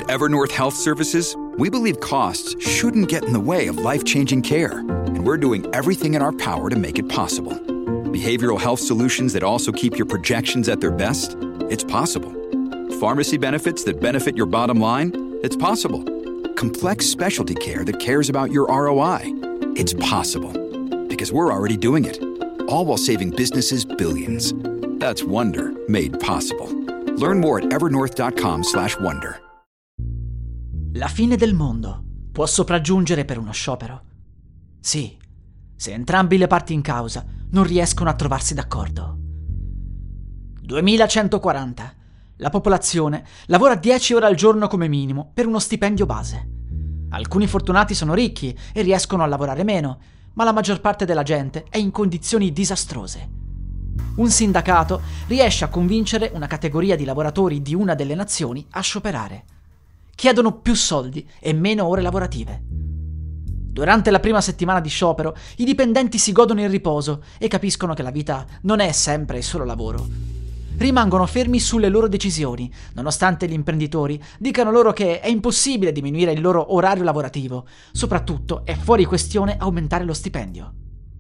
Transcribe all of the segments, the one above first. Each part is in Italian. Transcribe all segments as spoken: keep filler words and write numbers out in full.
Evernorth Health Services, we believe costs shouldn't get in the way of life-changing care, and we're doing everything in our power to make it possible. Behavioral health solutions that also keep your projections at their best? It's possible. Pharmacy benefits that benefit your bottom line? It's possible. Complex specialty care that cares about your R O I? It's possible. Because we're already doing it. All while saving businesses billions. That's Wonder made possible. Learn more at evernorth.com slash wonder. La fine del mondo può sopraggiungere per uno sciopero? Sì, se entrambi le parti in causa non riescono a trovarsi d'accordo. duemilacentoquaranta. La popolazione lavora dieci ore al giorno come minimo per uno stipendio base. Alcuni fortunati sono ricchi e riescono a lavorare meno, ma la maggior parte della gente è in condizioni disastrose. Un sindacato riesce a convincere una categoria di lavoratori di una delle nazioni a scioperare. Chiedono più soldi e meno ore lavorative. Durante la prima settimana di sciopero, i dipendenti si godono il riposo e capiscono che la vita non è sempre solo lavoro. Rimangono fermi sulle loro decisioni, nonostante gli imprenditori dicano loro che è impossibile diminuire il loro orario lavorativo. Soprattutto è fuori questione aumentare lo stipendio.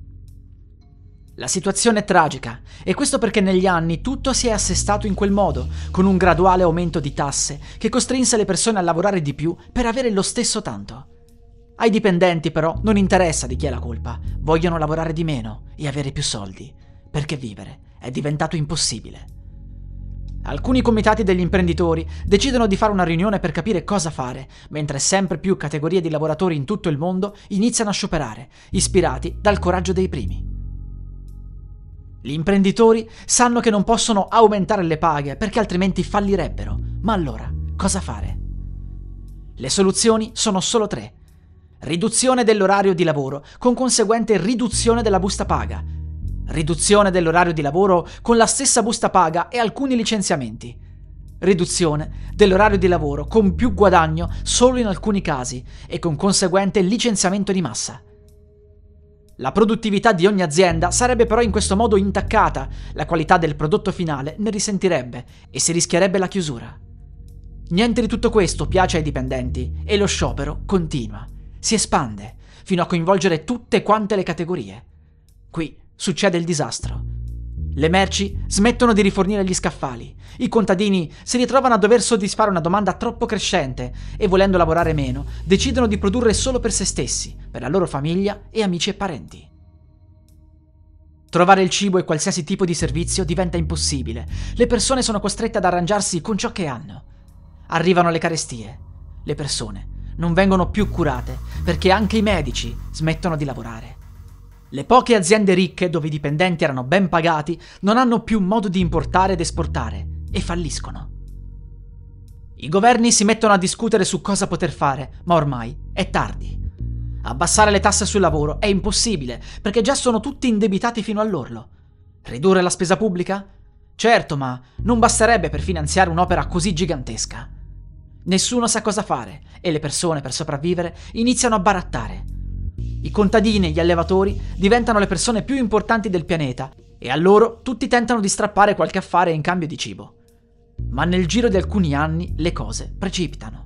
La situazione è tragica, e questo perché negli anni tutto si è assestato in quel modo, con un graduale aumento di tasse che costrinse le persone a lavorare di più per avere lo stesso tanto. Ai dipendenti però non interessa di chi è la colpa, vogliono lavorare di meno e avere più soldi, perché vivere è diventato impossibile. Alcuni comitati degli imprenditori decidono di fare una riunione per capire cosa fare, mentre sempre più categorie di lavoratori in tutto il mondo iniziano a scioperare, ispirati dal coraggio dei primi. Gli imprenditori sanno che non possono aumentare le paghe perché altrimenti fallirebbero, ma allora cosa fare? Le soluzioni sono solo tre. Riduzione dell'orario di lavoro con conseguente riduzione della busta paga. Riduzione dell'orario di lavoro con la stessa busta paga e alcuni licenziamenti. Riduzione dell'orario di lavoro con più guadagno solo in alcuni casi e con conseguente licenziamento di massa. La produttività di ogni azienda sarebbe però in questo modo intaccata, la qualità del prodotto finale ne risentirebbe e si rischierebbe la chiusura. Niente di tutto questo piace ai dipendenti e lo sciopero continua, si espande, fino a coinvolgere tutte quante le categorie. Qui succede il disastro. Le merci smettono di rifornire gli scaffali, i contadini si ritrovano a dover soddisfare una domanda troppo crescente e, volendo lavorare meno, decidono di produrre solo per se stessi, per la loro famiglia e amici e parenti. Trovare il cibo e qualsiasi tipo di servizio diventa impossibile, le persone sono costrette ad arrangiarsi con ciò che hanno. Arrivano le carestie, le persone non vengono più curate perché anche i medici smettono di lavorare. Le poche aziende ricche, dove i dipendenti erano ben pagati, non hanno più modo di importare ed esportare e falliscono. I governi si mettono a discutere su cosa poter fare, ma ormai è tardi. Abbassare le tasse sul lavoro è impossibile, perché già sono tutti indebitati fino all'orlo. Ridurre la spesa pubblica? Certo, ma non basterebbe per finanziare un'opera così gigantesca. Nessuno sa cosa fare e le persone, per sopravvivere, iniziano a barattare. I contadini e gli allevatori diventano le persone più importanti del pianeta e a loro tutti tentano di strappare qualche affare in cambio di cibo. Ma nel giro di alcuni anni le cose precipitano.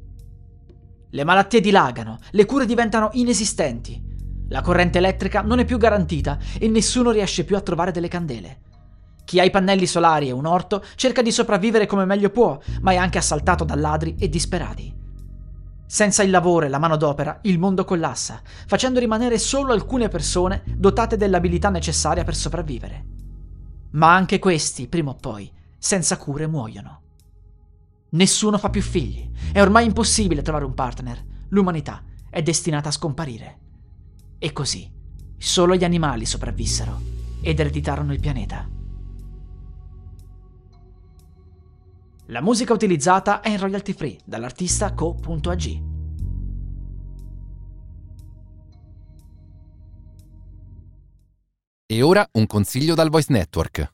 Le malattie dilagano, le cure diventano inesistenti, la corrente elettrica non è più garantita e nessuno riesce più a trovare delle candele. Chi ha i pannelli solari e un orto cerca di sopravvivere come meglio può, ma è anche assaltato da ladri e disperati. Senza il lavoro e la manodopera, il mondo collassa, facendo rimanere solo alcune persone dotate dell'abilità necessaria per sopravvivere. Ma anche questi, prima o poi, senza cure muoiono. Nessuno fa più figli, è ormai impossibile trovare un partner, l'umanità è destinata a scomparire. E così, solo gli animali sopravvissero ed ereditarono il pianeta. La musica utilizzata è in royalty free dall'artista co punto a g. E ora un consiglio dal Voice Network.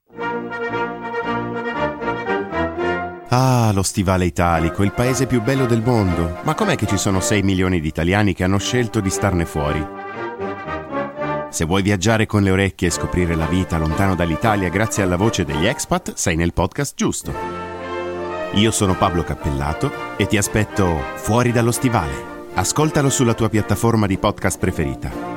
Ah, lo stivale italico, il paese più bello del mondo. Ma com'è che ci sono sei milioni di italiani che hanno scelto di starne fuori? Se vuoi viaggiare con le orecchie e scoprire la vita lontano dall'Italia grazie alla voce degli expat, sei nel podcast giusto. Io sono Pablo Cappellato e ti aspetto fuori dallo stivale. Ascoltalo sulla tua piattaforma di podcast preferita.